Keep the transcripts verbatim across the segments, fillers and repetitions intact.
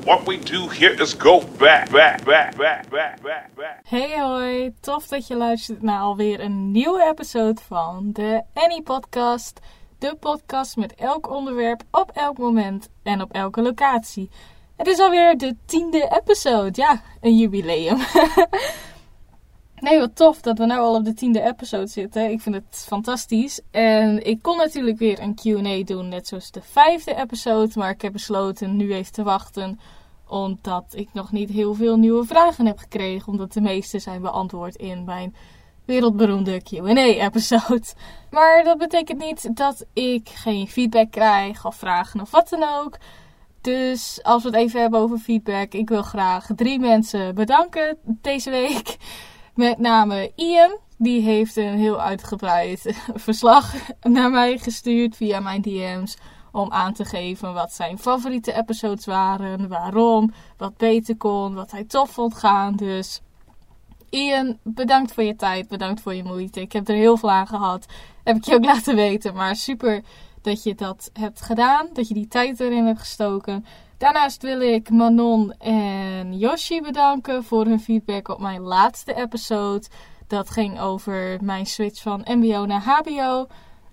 What we do here is go back, back, back, back, back, back, back. Hey hoi, tof dat je luistert naar alweer een nieuwe episode van de Annie Podcast. De podcast met elk onderwerp, op elk moment en op elke locatie. Het is alweer de tiende episode, ja, een jubileum. Nee, wat tof dat we nou al op de tiende episode zitten. Ik vind het fantastisch. En ik kon natuurlijk weer een Q en A doen, net zoals de vijfde episode. Maar ik heb besloten nu even te wachten, omdat ik nog niet heel veel nieuwe vragen heb gekregen. Omdat de meeste zijn beantwoord in mijn wereldberoemde Q en A-episode. Maar dat betekent niet dat ik geen feedback krijg of vragen of wat dan ook. Dus als we het even hebben over feedback. Ik wil graag drie mensen bedanken deze week. Met name Ian. Die heeft een heel uitgebreid verslag naar mij gestuurd via mijn D M's. Om aan te geven wat zijn favoriete episodes waren. Waarom. Wat beter kon. Wat hij tof vond gaan. Dus Ian, bedankt voor je tijd. Bedankt voor je moeite. Ik heb er heel veel aan gehad. Heb ik je ook laten weten. Maar super dat je dat hebt gedaan. Dat je die tijd erin hebt gestoken. Daarnaast wil ik Manon en Yoshi bedanken voor hun feedback op mijn laatste episode. Dat ging over mijn switch van M B O naar H B O.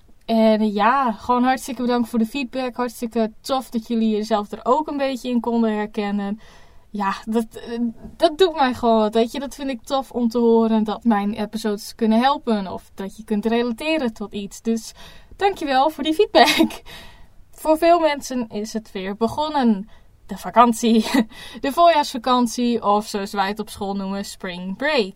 En ja, gewoon hartstikke bedankt voor de feedback. Hartstikke tof dat jullie jezelf er ook een beetje in konden herkennen. Ja, dat, dat doet mij gewoon wat, weet je. Dat vind ik tof om te horen dat mijn episodes kunnen helpen. Of dat je kunt relateren tot iets. Dus dankjewel voor die feedback. Voor veel mensen is het weer begonnen. De vakantie. De voorjaarsvakantie. Of zoals wij het op school noemen, spring break.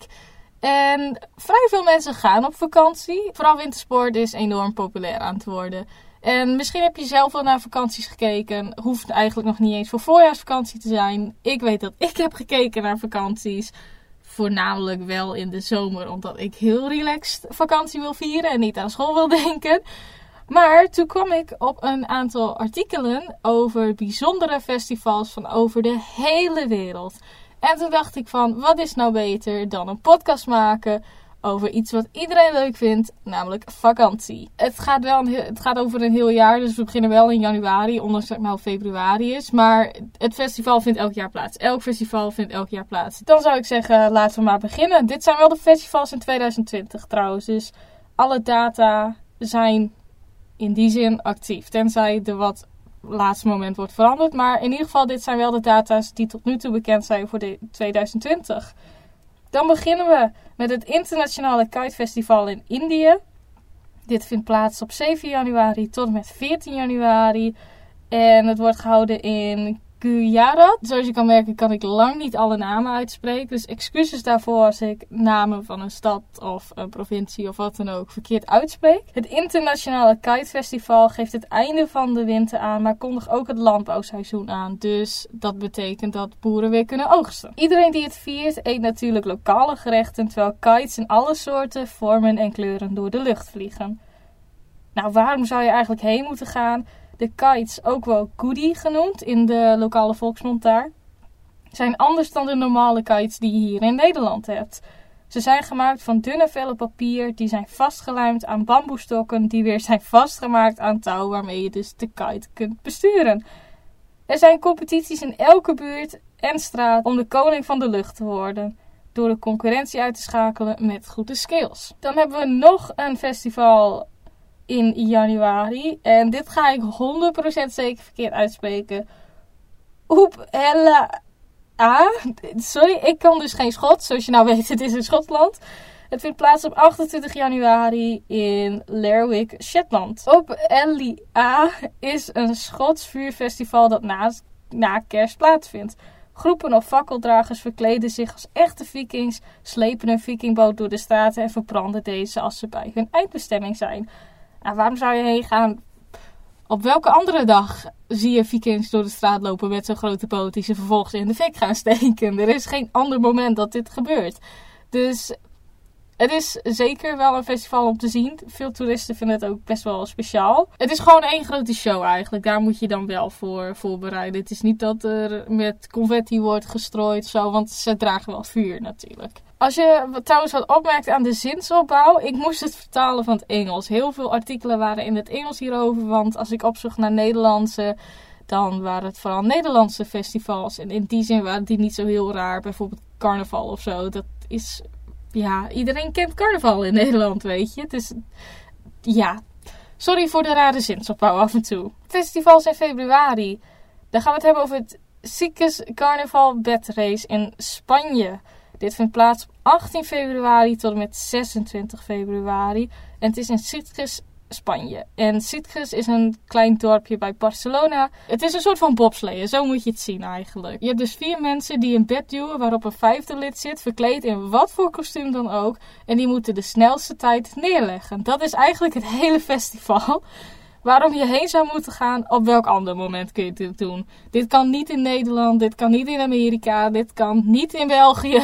En vrij veel mensen gaan op vakantie. Vooral wintersport is enorm populair aan het worden. En misschien heb je zelf wel naar vakanties gekeken. Hoeft eigenlijk nog niet eens voor voorjaarsvakantie te zijn. Ik weet dat ik heb gekeken naar vakanties. Voornamelijk wel in de zomer. Omdat ik heel relaxed vakantie wil vieren. En niet aan school wil denken. Maar toen kwam ik op een aantal artikelen over bijzondere festivals van over de hele wereld. En toen dacht ik van, wat is nou beter dan een podcast maken over iets wat iedereen leuk vindt, namelijk vakantie. Het gaat, wel een heel, het gaat over een heel jaar, dus we beginnen wel in januari, ondanks dat het nou februari is. Maar het festival vindt elk jaar plaats. Elk festival vindt elk jaar plaats. Dan zou ik zeggen, laten we maar beginnen. Dit zijn wel de festivals in twintig twintig trouwens, dus alle data zijn in die zin actief. Tenzij er wat laatste moment wordt veranderd. Maar in ieder geval, dit zijn wel de data's die tot nu toe bekend zijn voor de twintig twintig. Dan beginnen we met het Internationale Kite Festival in Indië. Dit vindt plaats op zeven januari tot en met veertien januari. En het wordt gehouden in Gujarat. Zoals je kan merken kan ik lang niet alle namen uitspreken. Dus excuses daarvoor als ik namen van een stad of een provincie of wat dan ook verkeerd uitspreek. Het Internationale Kite Festival geeft het einde van de winter aan, maar kondigt ook het landbouwseizoen aan. Dus dat betekent dat boeren weer kunnen oogsten. Iedereen die het viert eet natuurlijk lokale gerechten, terwijl kites in alle soorten, vormen en kleuren door de lucht vliegen. Nou, waarom zou je eigenlijk heen moeten gaan? De kites, ook wel goodie genoemd in de lokale volksmond daar, zijn anders dan de normale kites die je hier in Nederland hebt. Ze zijn gemaakt van dunne vellen papier, die zijn vastgelijmd aan bamboestokken, die weer zijn vastgemaakt aan touw, waarmee je dus de kite kunt besturen. Er zijn competities in elke buurt en straat om de koning van de lucht te worden, door de concurrentie uit te schakelen met goede skills. Dan hebben we nog een festival in januari. En dit ga ik honderd procent zeker verkeerd uitspreken. Oep, hella. Ah, sorry, ik kan dus geen Schots. Zoals je nou weet, het is in Schotland. Het vindt plaats op achtentwintig januari in Lerwick, Shetland. Op Ellia is een Schots vuurfestival dat na, na kerst plaatsvindt. Groepen of fakkeldragers verkleden zich als echte vikings, slepen een vikingboot door de straten en verbranden deze als ze bij hun eindbestemming zijn. Nou, waarom zou je heen gaan? Op welke andere dag zie je vikings door de straat lopen met zo'n grote boot die ze vervolgens in de fik gaan steken? Er is geen ander moment dat dit gebeurt. Dus het is zeker wel een festival om te zien. Veel toeristen vinden het ook best wel speciaal. Het is gewoon één grote show eigenlijk. Daar moet je dan wel voor voorbereiden. Het is niet dat er met confetti wordt gestrooid zo, want ze dragen wel vuur natuurlijk. Als je trouwens wat opmerkt aan de zinsopbouw, ik moest het vertalen van het Engels. Heel veel artikelen waren in het Engels hierover, want als ik opzocht naar Nederlandse, dan waren het vooral Nederlandse festivals. En in die zin waren die niet zo heel raar. Bijvoorbeeld carnaval of zo. Dat is, ja, iedereen kent carnaval in Nederland, weet je. Het is, ja, sorry voor de rare zinsopbouw af en toe. Festivals in februari. Dan gaan we het hebben over het Sitges Carnaval Bed Race in Spanje. Dit vindt plaats op achttien februari tot en met zesentwintig februari. En het is in Sitges, Spanje. En Sitges is een klein dorpje bij Barcelona. Het is een soort van bobsleeën, zo moet je het zien eigenlijk. Je hebt dus vier mensen die een bed duwen waarop een vijfde lid zit, verkleed in wat voor kostuum dan ook. En die moeten de snelste tijd neerleggen. Dat is eigenlijk het hele festival. Waarom je heen zou moeten gaan, op welk ander moment kun je dit doen. Dit kan niet in Nederland, dit kan niet in Amerika, dit kan niet in België.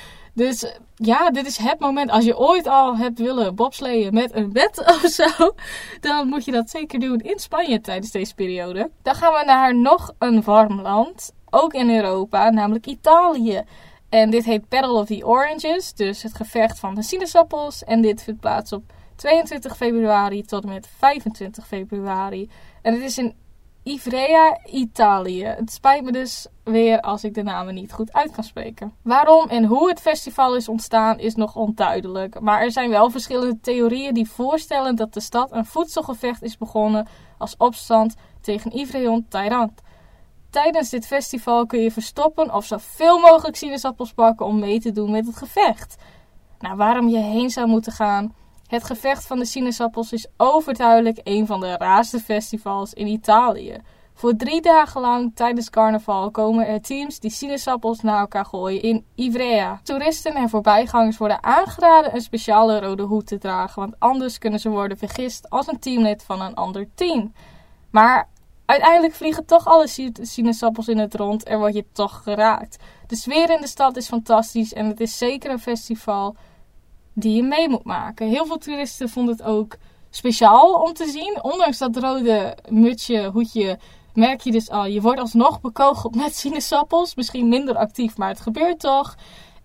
Dus ja, dit is het moment. Als je ooit al hebt willen bobsleeën met een bed of zo, dan moet je dat zeker doen in Spanje tijdens deze periode. Dan gaan we naar nog een warm land, ook in Europa, namelijk Italië. En dit heet Battle of the Oranges, dus het gevecht van de sinaasappels. En dit vindt plaats op tweeëntwintig februari tot en met vijfentwintig februari. En het is in Ivrea, Italië. Het spijt me dus weer als ik de namen niet goed uit kan spreken. Waarom en hoe het festival is ontstaan is nog onduidelijk. Maar er zijn wel verschillende theorieën die voorstellen dat de stad een voedselgevecht is begonnen als opstand tegen Ivreon Tyrant. Tijdens dit festival kun je verstoppen of zoveel mogelijk sinaasappels pakken om mee te doen met het gevecht. Nou, waarom je heen zou moeten gaan? Het gevecht van de sinaasappels is overduidelijk een van de raarste festivals in Italië. Voor drie dagen lang tijdens carnaval komen er teams die sinaasappels naar elkaar gooien in Ivrea. Toeristen en voorbijgangers worden aangeraden een speciale rode hoed te dragen, want anders kunnen ze worden vergist als een teamlid van een ander team. Maar uiteindelijk vliegen toch alle sinaasappels in het rond en word je toch geraakt. De sfeer in de stad is fantastisch en het is zeker een festival die je mee moet maken. Heel veel toeristen vonden het ook speciaal om te zien. Ondanks dat rode mutsje, hoedje, merk je dus al, je wordt alsnog bekogeld met sinaasappels. Misschien minder actief, maar het gebeurt toch.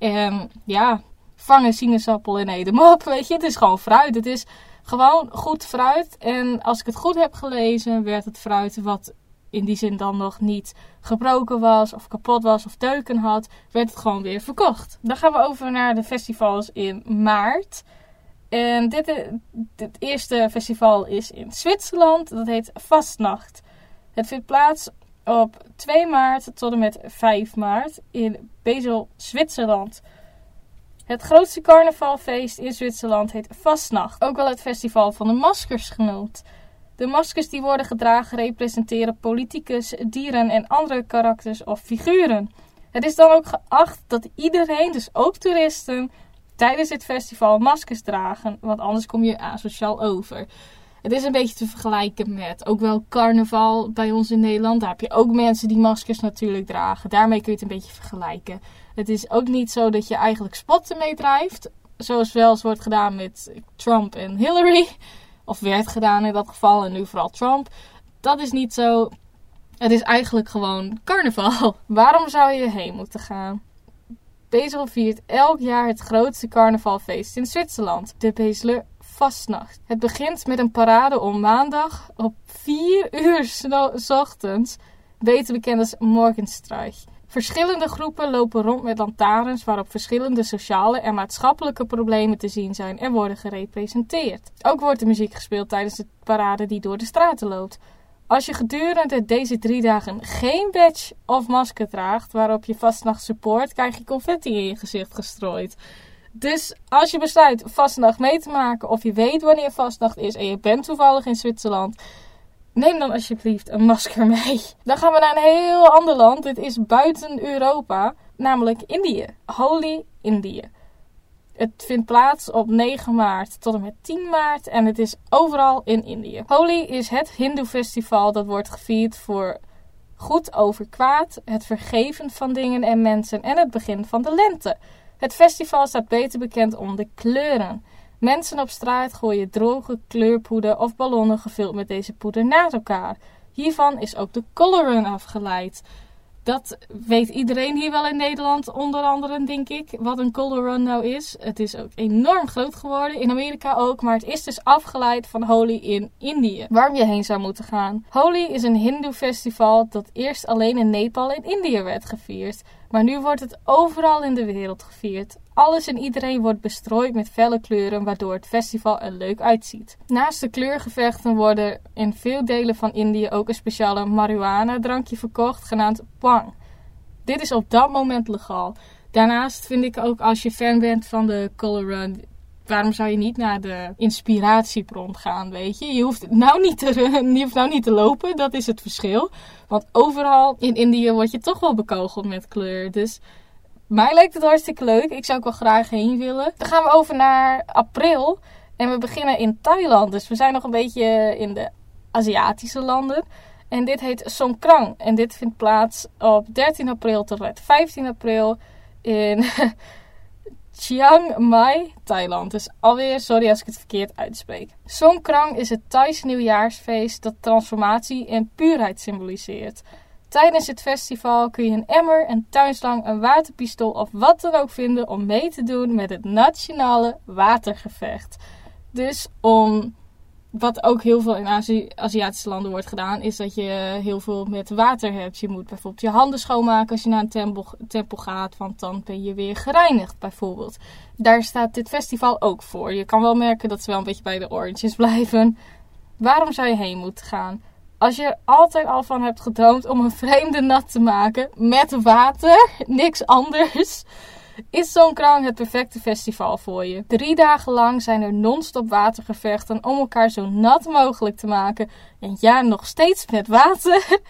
En ja, vang een sinaasappel en eet hem op, weet je. Het is gewoon fruit. Het is gewoon goed fruit. En als ik het goed heb gelezen, werd het fruit wat in die zin dan nog niet gebroken was of kapot was of deuken had, werd het gewoon weer verkocht. Dan gaan we over naar de festivals in maart. En dit, dit eerste festival is in Zwitserland. Dat heet Fastnacht. Het vindt plaats op twee maart tot en met vijf maart in Basel, Zwitserland. Het grootste carnavalfeest in Zwitserland heet Fastnacht. Ook wel het festival van de maskers genoemd. De maskers die worden gedragen representeren politicus, dieren en andere karakters of figuren. Het is dan ook geacht dat iedereen, dus ook toeristen, tijdens dit festival maskers dragen, want anders kom je asociaal over. Het is een beetje te vergelijken met ook wel carnaval bij ons in Nederland. Daar heb je ook mensen die maskers natuurlijk dragen. Daarmee kun je het een beetje vergelijken. Het is ook niet zo dat je eigenlijk spotten meedrijft, zoals wel eens wordt gedaan met Trump en Hillary. Of werd gedaan in dat geval en nu vooral Trump. Dat is niet zo. Het is eigenlijk gewoon carnaval. Waarom zou je heen moeten gaan? Basel viert elk jaar het grootste carnavalfeest in Zwitserland. De Baseler Fastnacht. Het begint met een parade om maandag op vier uur 's ochtends. Beter bekend als Morgenstreich. Verschillende groepen lopen rond met lantaarns waarop verschillende sociale en maatschappelijke problemen te zien zijn en worden gerepresenteerd. Ook wordt de muziek gespeeld tijdens de parade die door de straten loopt. Als je gedurende deze drie dagen geen badge of masker draagt waarop je Fastnacht support, krijg je confetti in je gezicht gestrooid. Dus als je besluit Fastnacht mee te maken of je weet wanneer Fastnacht is en je bent toevallig in Zwitserland, neem dan alsjeblieft een masker mee. Dan gaan we naar een heel ander land. Dit is buiten Europa, namelijk Indië. Holi, Indië. Het vindt plaats op negen maart tot en met tien maart en het is overal in Indië. Holi is het hindoe-festival dat wordt gevierd voor goed over kwaad, het vergeven van dingen en mensen en het begin van de lente. Het festival staat beter bekend om de kleuren. Mensen op straat gooien droge kleurpoeder of ballonnen gevuld met deze poeder naast elkaar. Hiervan is ook de color run afgeleid. Dat weet iedereen hier wel in Nederland, onder andere denk ik, wat een Color Run nou is. Het is ook enorm groot geworden, in Amerika ook, maar het is dus afgeleid van Holi in Indië, waarom je heen zou moeten gaan. Holi is een hindoe festival dat eerst alleen in Nepal en Indië werd gevierd, maar nu wordt het overal in de wereld gevierd. Alles en iedereen wordt bestrooid met felle kleuren, waardoor het festival er leuk uitziet. Naast de kleurgevechten worden in veel delen van Indië ook een speciale marihuana-drankje verkocht, genaamd Bhang. Dit is op dat moment legaal. Daarnaast vind ik ook, als je fan bent van de Color Run, waarom zou je niet naar de inspiratiebron gaan, weet je? Je hoeft nou niet te, je hoeft nou niet te lopen, dat is het verschil. Want overal in Indië word je toch wel bekogeld met kleur, dus... Mij lijkt het hartstikke leuk. Ik zou ook wel graag heen willen. Dan gaan we over naar april. En we beginnen in Thailand. Dus we zijn nog een beetje in de Aziatische landen. En dit heet Songkran. En dit vindt plaats op dertien april tot en met vijftien april in Chiang Mai, Thailand. Dus alweer, sorry als ik het verkeerd uitspreek. Songkran is het Thaise nieuwjaarsfeest dat transformatie en puurheid symboliseert. Tijdens het festival kun je een emmer, een tuinslang, een waterpistool of wat dan ook vinden om mee te doen met het nationale watergevecht. Dus om, wat ook heel veel in Azi- Aziatische landen wordt gedaan, is dat je heel veel met water hebt. Je moet bijvoorbeeld je handen schoonmaken als je naar een tempel, tempel gaat, want dan ben je weer gereinigd bijvoorbeeld. Daar staat dit festival ook voor. Je kan wel merken dat ze wel een beetje bij de oranges blijven. Waarom zou je heen moeten gaan? Als je er altijd al van hebt gedroomd om een vreemde nat te maken met water, niks anders, is Songkran het perfecte festival voor je. Drie dagen lang zijn er non-stop watergevechten om elkaar zo nat mogelijk te maken. En ja, nog steeds met water.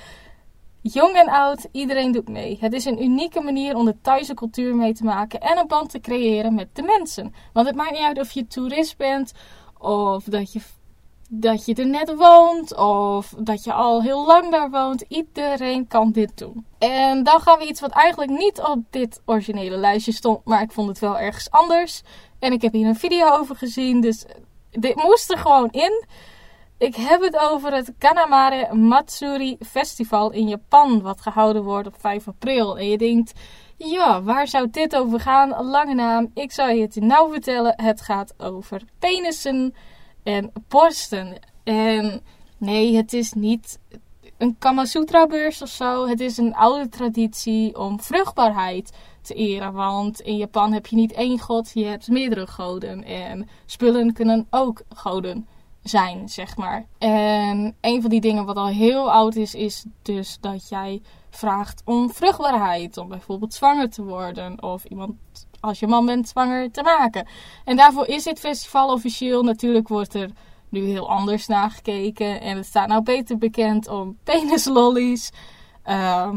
Jong en oud, iedereen doet mee. Het is een unieke manier om de Thaise cultuur mee te maken en een band te creëren met de mensen. Want het maakt niet uit of je toerist bent of dat je... dat je er net woont of dat je al heel lang daar woont. Iedereen kan dit doen. En dan gaan we iets wat eigenlijk niet op dit originele lijstje stond, maar ik vond het wel ergens anders. En ik heb hier een video over gezien, dus dit moest er gewoon in. Ik heb het over het Kanamare Matsuri Festival in Japan, wat gehouden wordt op vijf april. En je denkt, ja, waar zou dit over gaan? Lange naam, ik zal je het nou vertellen. Het gaat over penissen en borsten. En nee, het is niet een Kama Sutra beurs of zo. Het is een oude traditie om vruchtbaarheid te eren. Want in Japan heb je niet één god, je hebt meerdere goden. En spullen kunnen ook goden zijn, zeg maar. En een van die dingen wat al heel oud is, is dus dat jij vraagt om vruchtbaarheid. Om bijvoorbeeld zwanger te worden. Of iemand, als je man bent, zwanger te maken. En daarvoor is dit festival officieel. Natuurlijk wordt er nu heel anders naar gekeken. En het staat nou beter bekend om penislollies, uh,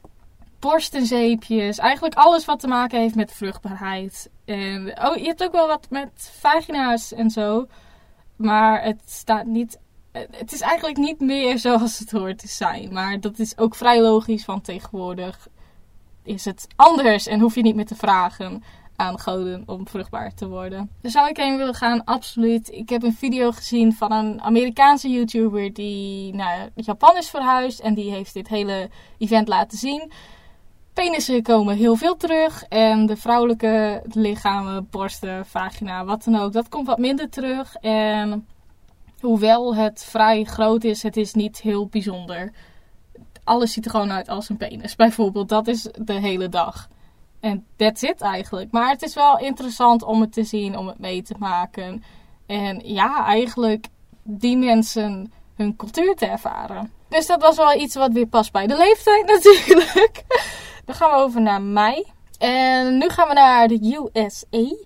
borstenzeepjes. Eigenlijk alles wat te maken heeft met vruchtbaarheid. En oh, je hebt ook wel wat met vagina's en zo. Maar het staat niet... Het is eigenlijk niet meer zoals het hoort te zijn. Maar dat is ook vrij logisch, want tegenwoordig is het anders. En hoef je niet meer te vragen aan goden om vruchtbaar te worden. Daar zou ik heen willen gaan, absoluut. Ik heb een video gezien van een Amerikaanse YouTuber die naar Japan is verhuisd. En die heeft dit hele event laten zien. Penissen komen heel veel terug. En de vrouwelijke lichamen, borsten, vagina, wat dan ook, dat komt wat minder terug. En hoewel het vrij groot is, het is niet heel bijzonder. Alles ziet er gewoon uit als een penis. Bijvoorbeeld, dat is de hele dag. En that's it eigenlijk. Maar het is wel interessant om het te zien, om het mee te maken. En ja, eigenlijk die mensen hun cultuur te ervaren. Dus dat was wel iets wat weer past bij de leeftijd natuurlijk. Dan gaan we over naar mei. En nu gaan we naar de U S A.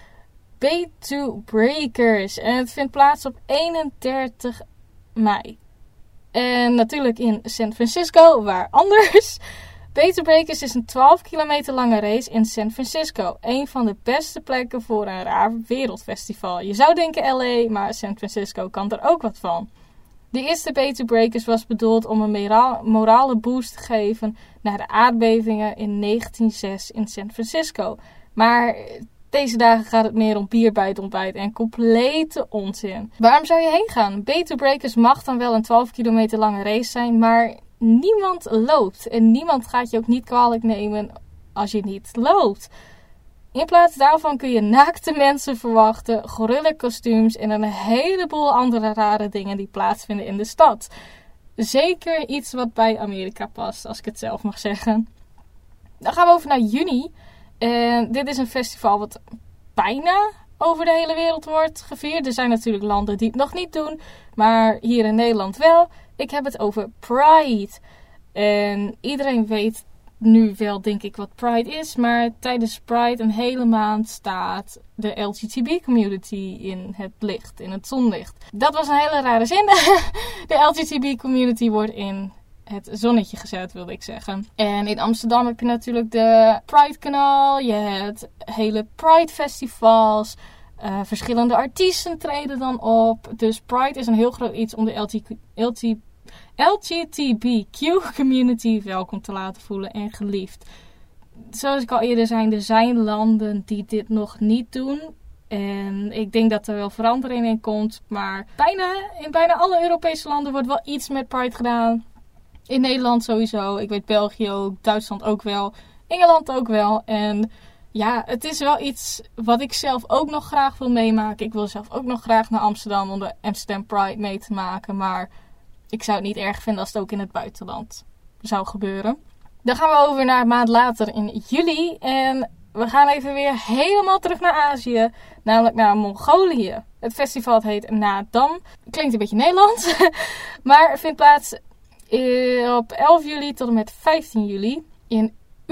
Bay to Breakers. En het vindt plaats op eenendertig mei. En natuurlijk in San Francisco, waar anders. Bay to Breakers is een twaalf kilometer lange race in San Francisco. Een van de beste plekken voor een raar wereldfestival. Je zou denken L A, maar San Francisco kan er ook wat van. De eerste Bay to Breakers was bedoeld om een mora- morale boost te geven na de aardbevingen in negentien zes in San Francisco. Maar deze dagen gaat het meer om bier bij het ontbijt en complete onzin. Waarom zou je heen gaan? Bay to Breakers mag dan wel een twaalf kilometer lange race zijn, maar niemand loopt. En niemand gaat je ook niet kwalijk nemen als je niet loopt. In plaats daarvan kun je naakte mensen verwachten, gorilla-kostuums en een heleboel andere rare dingen die plaatsvinden in de stad. Zeker iets wat bij Amerika past, als ik het zelf mag zeggen. Dan gaan we over naar juni. En dit is een festival wat bijna over de hele wereld wordt gevierd. Er zijn natuurlijk landen die het nog niet doen, maar hier in Nederland wel. Ik heb het over Pride. En iedereen weet nu wel, denk ik, wat Pride is. Maar tijdens Pride een hele maand staat de L G B T community in het licht, in het zonlicht. Dat was een hele rare zin. De L G B T community wordt in het zonnetje gezet, wilde ik zeggen. En in Amsterdam heb je natuurlijk de Pride kanaal. Je hebt hele Pride festivals. Uh, verschillende artiesten treden dan op. Dus Pride is een heel groot iets om de L G B T community welkom te laten voelen en geliefd. Zoals ik al eerder zei, er zijn landen die dit nog niet doen. En ik denk dat er wel verandering in komt. Maar bijna, in bijna alle Europese landen wordt wel iets met Pride gedaan. In Nederland sowieso. Ik weet België ook. Duitsland ook wel. Engeland ook wel. En ja, het is wel iets wat ik zelf ook nog graag wil meemaken. Ik wil zelf ook nog graag naar Amsterdam om de Amsterdam Pride mee te maken. Maar ik zou het niet erg vinden als het ook in het buitenland zou gebeuren. Dan gaan we over naar een maand later in juli. En we gaan even weer helemaal terug naar Azië. Namelijk naar Mongolië. Het festival heet Naadam. Klinkt een beetje Nederlands. Maar vindt plaats op elf juli tot en met vijftien juli in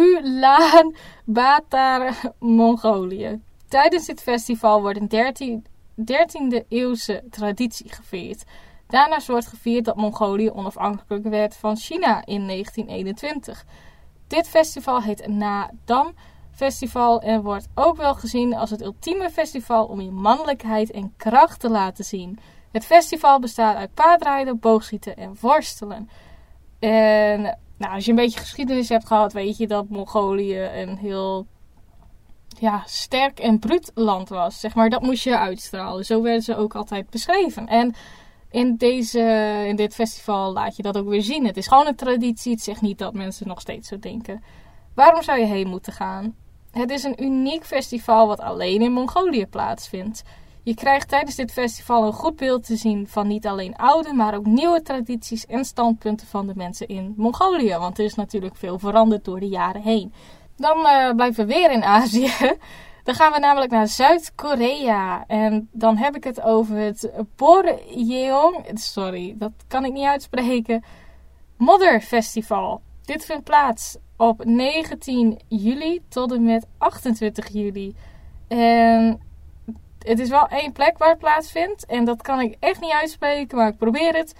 Ulaanbaatar, Mongolië. Tijdens dit festival wordt een dertiende eeuwse traditie gevierd. Daarnaast wordt gevierd dat Mongolië onafhankelijk werd van China in negentien eenentwintig. Dit festival heet Naadam Festival en wordt ook wel gezien als het ultieme festival om je mannelijkheid en kracht te laten zien. Het festival bestaat uit paardrijden, boogschieten en worstelen. En nou, als je een beetje geschiedenis hebt gehad, weet je dat Mongolië een heel ja, sterk en bruut land was. Zeg maar, dat moest je uitstralen. Zo werden ze ook altijd beschreven. En in, deze, in dit festival laat je dat ook weer zien. Het is gewoon een traditie. Het zegt niet dat mensen nog steeds zo denken. Waarom zou je heen moeten gaan? Het is een uniek festival wat alleen in Mongolië plaatsvindt. Je krijgt tijdens dit festival een goed beeld te zien van niet alleen oude, maar ook nieuwe tradities en standpunten van de mensen in Mongolië. Want er is natuurlijk veel veranderd door de jaren heen. Dan uh, blijven we weer in Azië. Dan gaan we namelijk naar Zuid-Korea. En dan heb ik het over het Borjeong, sorry, dat kan ik niet uitspreken, Modderfestival. Dit vindt plaats op negentien juli tot en met achtentwintig juli. En het is wel één plek waar het plaatsvindt. En dat kan ik echt niet uitspreken, maar ik probeer het.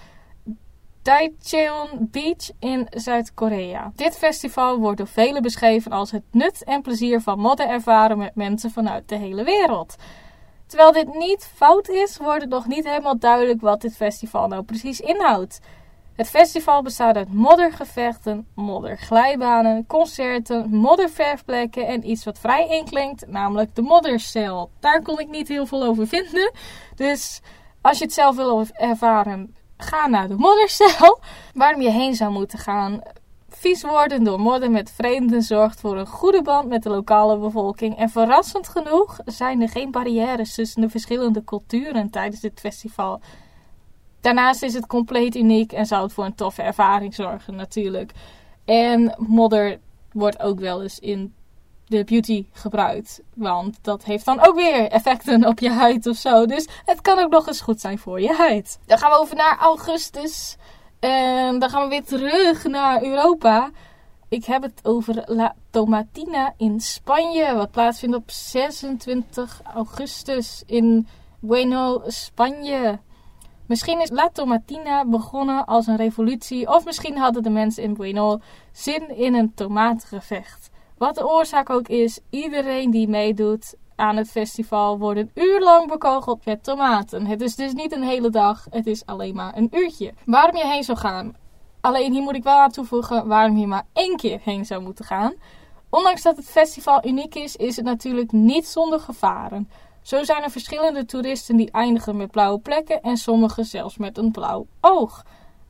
Daejeon Beach in Zuid-Korea. Dit festival wordt door velen beschreven als het nut en plezier van modder ervaren met mensen vanuit de hele wereld. Terwijl dit niet fout is, wordt het nog niet helemaal duidelijk wat dit festival nou precies inhoudt. Het festival bestaat uit moddergevechten, modderglijbanen, concerten, modderverfplekken en iets wat vrij inklinkt, namelijk de moddercel. Daar kon ik niet heel veel over vinden. Dus als je het zelf wil ervaren, ga naar de moddercel. Waarom je heen zou moeten gaan. Vies worden door modder met vreemden zorgt voor een goede band met de lokale bevolking. En verrassend genoeg zijn er geen barrières tussen de verschillende culturen tijdens dit festival. Daarnaast is het compleet uniek en zou het voor een toffe ervaring zorgen natuurlijk. En modder wordt ook wel eens in de beauty gebruikt. Want dat heeft dan ook weer effecten op je huid of zo. Dus het kan ook nog eens goed zijn voor je huid. Dan gaan we over naar augustus. En dan gaan we weer terug naar Europa. Ik heb het over La Tomatina in Spanje. Wat plaatsvindt op zesentwintig augustus in Bueno, Spanje. Misschien is La Tomatina begonnen als een revolutie. Of misschien hadden de mensen in Bueno zin in een tomatengevecht. Wat de oorzaak ook is, iedereen die meedoet aan het festival wordt een uur lang bekogeld met tomaten. Het is dus niet een hele dag, het is alleen maar een uurtje. Waarom je heen zou gaan? Alleen hier moet ik wel aan toevoegen waarom je maar één keer heen zou moeten gaan. Ondanks dat het festival uniek is, is het natuurlijk niet zonder gevaren. Zo zijn er verschillende toeristen die eindigen met blauwe plekken en sommigen zelfs met een blauw oog.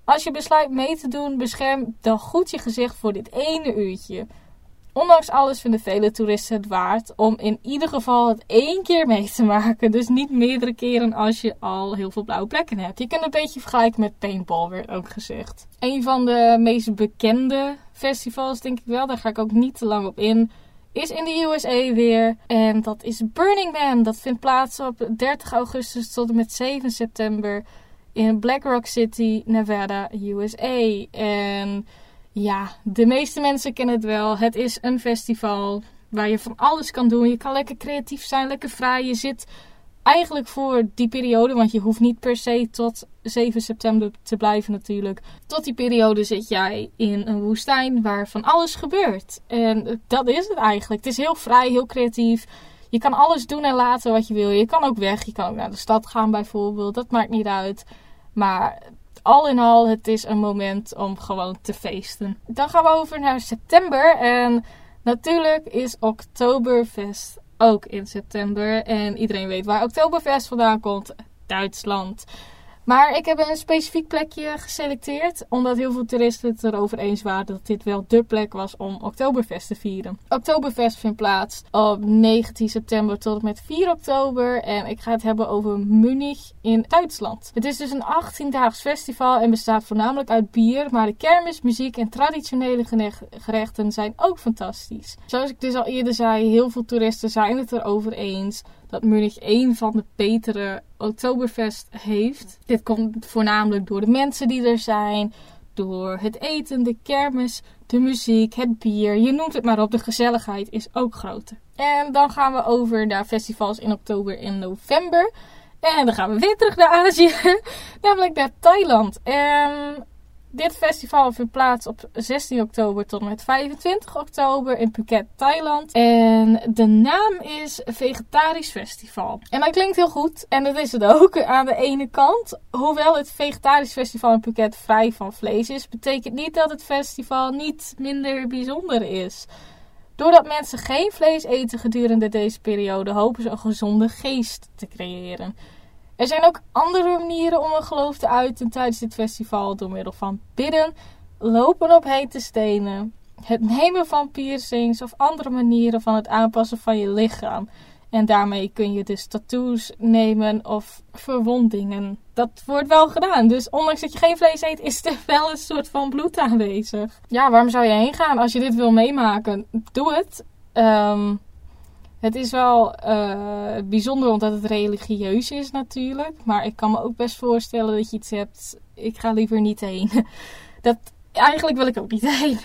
Als je besluit mee te doen, bescherm dan goed je gezicht voor dit ene uurtje. Ondanks alles vinden vele toeristen het waard om in ieder geval het één keer mee te maken. Dus niet meerdere keren als je al heel veel blauwe plekken hebt. Je kunt het een beetje vergelijken met paintball, werd ook gezegd. Een van de meest bekende festivals, denk ik wel, daar ga ik ook niet te lang op in, is in de U S A weer. En dat is Burning Man. Dat vindt plaats op dertig augustus tot en met zeven september in Black Rock City, Nevada, U S A. En ja, de meeste mensen kennen het wel. Het is een festival waar je van alles kan doen. Je kan lekker creatief zijn, lekker vrij. Je zit eigenlijk voor die periode, want je hoeft niet per se tot zeven september te blijven natuurlijk. Tot die periode zit jij in een woestijn waar van alles gebeurt. En dat is het eigenlijk. Het is heel vrij, heel creatief. Je kan alles doen en laten wat je wil. Je kan ook weg. Je kan ook naar de stad gaan bijvoorbeeld. Dat maakt niet uit. Maar al in al, het is een moment om gewoon te feesten. Dan gaan we over naar september. En natuurlijk is Oktoberfest ook in september. En iedereen weet waar Oktoberfest vandaan komt. Duitsland. Maar ik heb een specifiek plekje geselecteerd. Omdat heel veel toeristen het erover eens waren dat dit wel dé plek was om Oktoberfest te vieren. Oktoberfest vindt plaats op negentien september tot en met vier oktober. En ik ga het hebben over Munich in Duitsland. Het is dus een achttien-daags festival en bestaat voornamelijk uit bier. Maar de kermis, muziek en traditionele gerechten zijn ook fantastisch. Zoals ik dus al eerder zei, heel veel toeristen zijn het erover eens dat Munich een van de betere Oktoberfest heeft. Dit komt voornamelijk door de mensen die er zijn, door het eten, de kermis, de muziek, het bier. Je noemt het maar op, de gezelligheid is ook groter. En dan gaan we over naar festivals in oktober en november. En dan gaan we weer terug naar Azië, namelijk naar Thailand. En dit festival vindt plaats op zestien oktober tot en met vijfentwintig oktober in Phuket, Thailand. En de naam is Vegetarisch Festival. En dat klinkt heel goed. En dat is het ook aan de ene kant. Hoewel het Vegetarisch Festival in Phuket vrij van vlees is, betekent niet dat het festival niet minder bijzonder is. Doordat mensen geen vlees eten gedurende deze periode, hopen ze een gezonde geest te creëren. Er zijn ook andere manieren om een geloof te uiten tijdens dit festival door middel van bidden, lopen op hete stenen, het nemen van piercings of andere manieren van het aanpassen van je lichaam. En daarmee kun je dus tattoos nemen of verwondingen. Dat wordt wel gedaan. Dus ondanks dat je geen vlees eet, is er wel een soort van bloed aanwezig. Ja, waarom zou je heen gaan? Als je dit wil meemaken, doe het. Um, Het is wel uh, bijzonder omdat het religieus is natuurlijk. Maar ik kan me ook best voorstellen dat je iets hebt. Ik ga liever niet heen. Dat, eigenlijk wil ik ook niet heen.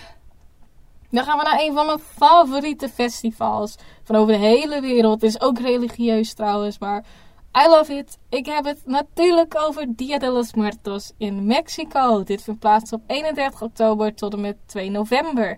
Dan gaan we naar een van mijn favoriete festivals van over de hele wereld. Het is ook religieus trouwens, maar I love it. Ik heb het natuurlijk over Dia de los Muertos in Mexico. Dit vindt plaats op eenendertig oktober tot en met twee november.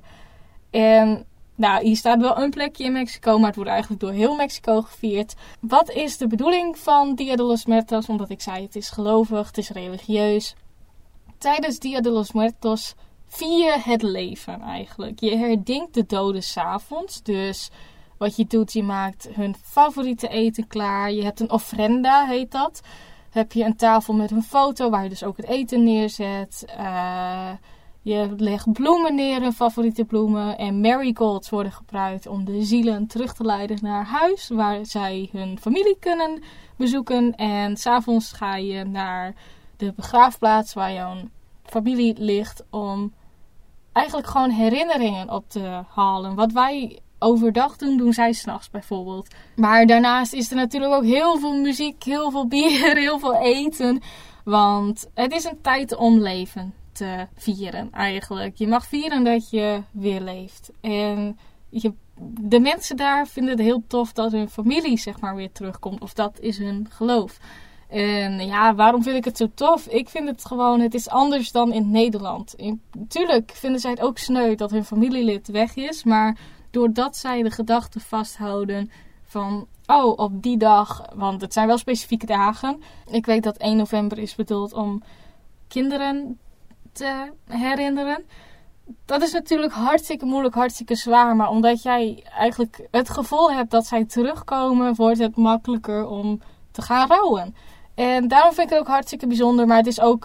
En nou, hier staat wel een plekje in Mexico, maar het wordt eigenlijk door heel Mexico gevierd. Wat is de bedoeling van Dia de los Muertos? Omdat ik zei, het is gelovig, het is religieus. Tijdens Dia de los Muertos vier je het leven eigenlijk. Je herdenkt de doden 's avonds. Dus wat je doet, je maakt hun favoriete eten klaar. Je hebt een ofrenda, heet dat. Heb je een tafel met een foto waar je dus ook het eten neerzet. Uh, je legt bloemen neer, hun favoriete bloemen. En marigolds worden gebruikt om de zielen terug te leiden naar huis. Waar zij hun familie kunnen bezoeken. En 's avonds ga je naar de begraafplaats waar jouw familie ligt. Om eigenlijk gewoon herinneringen op te halen. Wat wij overdag doen, doen zij 's nachts bijvoorbeeld. Maar daarnaast is er natuurlijk ook heel veel muziek, heel veel bier, heel veel eten. Want het is een tijd om leven te vieren eigenlijk. Je mag vieren dat je weer leeft. En je, de mensen daar vinden het heel tof dat hun familie zeg maar weer terugkomt. Of dat is hun geloof. En ja, waarom vind ik het zo tof? Ik vind het gewoon, het is anders dan in Nederland. Natuurlijk vinden zij het ook sneu dat hun familielid weg is. Maar doordat zij de gedachte vasthouden van, oh, op die dag, want het zijn wel specifieke dagen. Ik weet dat één november is bedoeld om kinderen te herinneren. Dat is natuurlijk hartstikke moeilijk, hartstikke zwaar. Maar omdat jij eigenlijk het gevoel hebt dat zij terugkomen, wordt het makkelijker om te gaan rouwen. En daarom vind ik het ook hartstikke bijzonder. Maar het is ook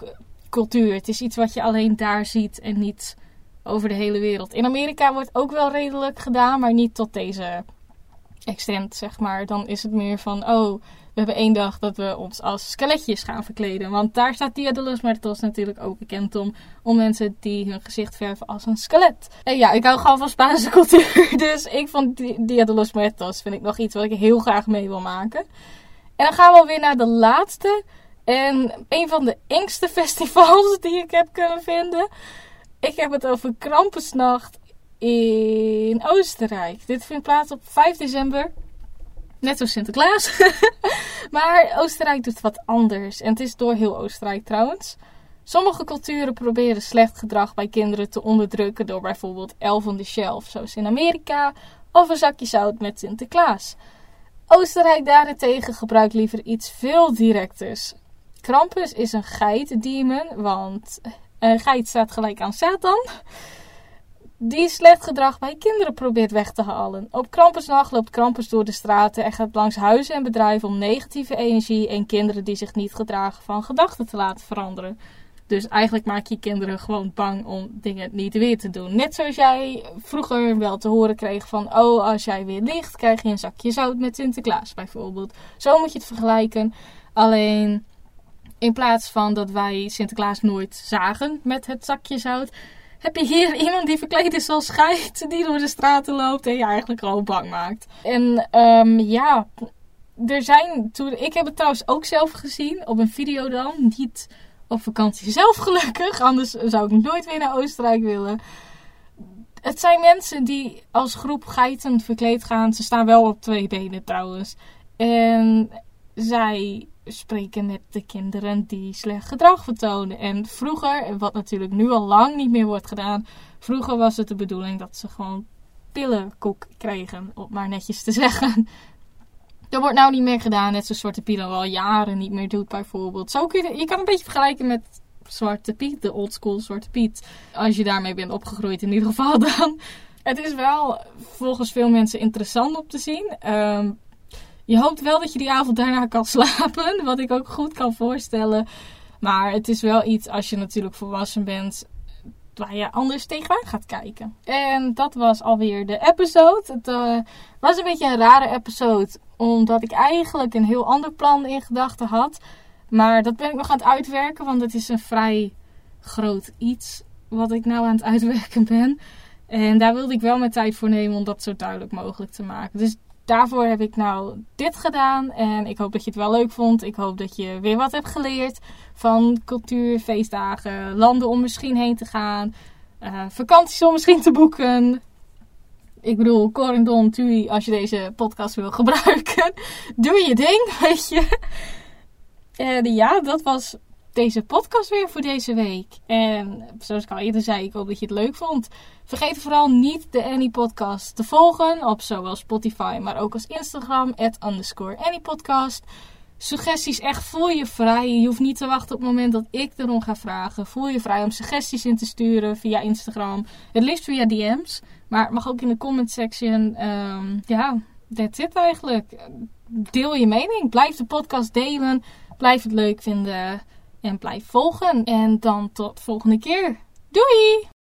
cultuur. Het is iets wat je alleen daar ziet en niet over de hele wereld. In Amerika wordt ook wel redelijk gedaan, maar niet tot deze extent, zeg maar. Dan is het meer van, oh, we hebben één dag dat we ons als skeletjes gaan verkleden. Want daar staat Dia de los Muertos natuurlijk ook bekend om. Om mensen die hun gezicht verven als een skelet. En ja, ik hou gewoon van Spaanse cultuur. Dus ik vond Dia de los Muertos vind ik nog iets wat ik heel graag mee wil maken. En dan gaan we alweer naar de laatste. En een van de engste festivals die ik heb kunnen vinden. Ik heb het over Krampusnacht in Oostenrijk. Dit vindt plaats op vijf december. Net zoals Sinterklaas. Maar Oostenrijk doet wat anders. En het is door heel Oostenrijk trouwens. Sommige culturen proberen slecht gedrag bij kinderen te onderdrukken door bijvoorbeeld Elf on the Shelf, zoals in Amerika, of een zakje zout met Sinterklaas. Oostenrijk daarentegen gebruikt liever iets veel directers. Krampus is een geitdemon, want een geit staat gelijk aan Satan, die slecht gedrag bij kinderen probeert weg te halen. Op Krampusnacht loopt Krampus door de straten en gaat langs huizen en bedrijven om negatieve energie en kinderen die zich niet gedragen van gedachten te laten veranderen. Dus eigenlijk maak je kinderen gewoon bang om dingen niet weer te doen. Net zoals jij vroeger wel te horen kreeg van, oh, als jij weer liegt, krijg je een zakje zout met Sinterklaas bijvoorbeeld. Zo moet je het vergelijken. Alleen, in plaats van dat wij Sinterklaas nooit zagen met het zakje zout, heb je hier iemand die verkleed is als geit, die door de straten loopt en je eigenlijk gewoon bang maakt. En um, ja, er zijn, toen, ik heb het trouwens ook zelf gezien, op een video dan, niet op vakantie zelf gelukkig, anders zou ik nooit weer naar Oostenrijk willen. Het zijn mensen die als groep geiten verkleed gaan, ze staan wel op twee benen trouwens. En zij spreken met de kinderen die slecht gedrag vertonen. En vroeger, wat natuurlijk nu al lang niet meer wordt gedaan, vroeger was het de bedoeling dat ze gewoon pillenkoek kregen, om maar netjes te zeggen. Dat wordt nou niet meer gedaan, net zoals Zwarte Piet al jaren niet meer doet bijvoorbeeld. Zo kun je, je kan een beetje vergelijken met Zwarte Piet, de oldschool Zwarte Piet. Als je daarmee bent opgegroeid in ieder geval dan. Het is wel volgens veel mensen interessant om te zien. Um, Je hoopt wel dat je die avond daarna kan slapen. Wat ik ook goed kan voorstellen. Maar het is wel iets als je natuurlijk volwassen bent, waar je anders tegenaan gaat kijken. En dat was alweer de episode. Het uh, was een beetje een rare episode. Omdat ik eigenlijk een heel ander plan in gedachten had. Maar dat ben ik nog aan het uitwerken. Want het is een vrij groot iets wat ik nou aan het uitwerken ben. En daar wilde ik wel mijn tijd voor nemen om dat zo duidelijk mogelijk te maken. Dus daarvoor heb ik nou dit gedaan. En ik hoop dat je het wel leuk vond. Ik hoop dat je weer wat hebt geleerd van cultuur, feestdagen, landen om misschien heen te gaan. Uh, vakanties om misschien te boeken. Ik bedoel, Corendon, Tui, als je deze podcast wil gebruiken. Doe je ding, weet je. En ja, dat was deze podcast weer voor deze week. En zoals ik al eerder zei, ik hoop dat je het leuk vond. Vergeet vooral niet de Annie Podcast te volgen op zowel Spotify, maar ook als Instagram, at underscore Annie Podcast. Suggesties, echt voel je vrij. Je hoeft niet te wachten op het moment dat ik erom ga vragen. Voel je vrij om suggesties in te sturen via Instagram. Het liefst via D M's, maar het mag ook in de comment section. Um, ja, that's it eigenlijk. Deel je mening. Blijf de podcast delen. Blijf het leuk vinden. En blijf volgen. En dan tot de volgende keer. Doei!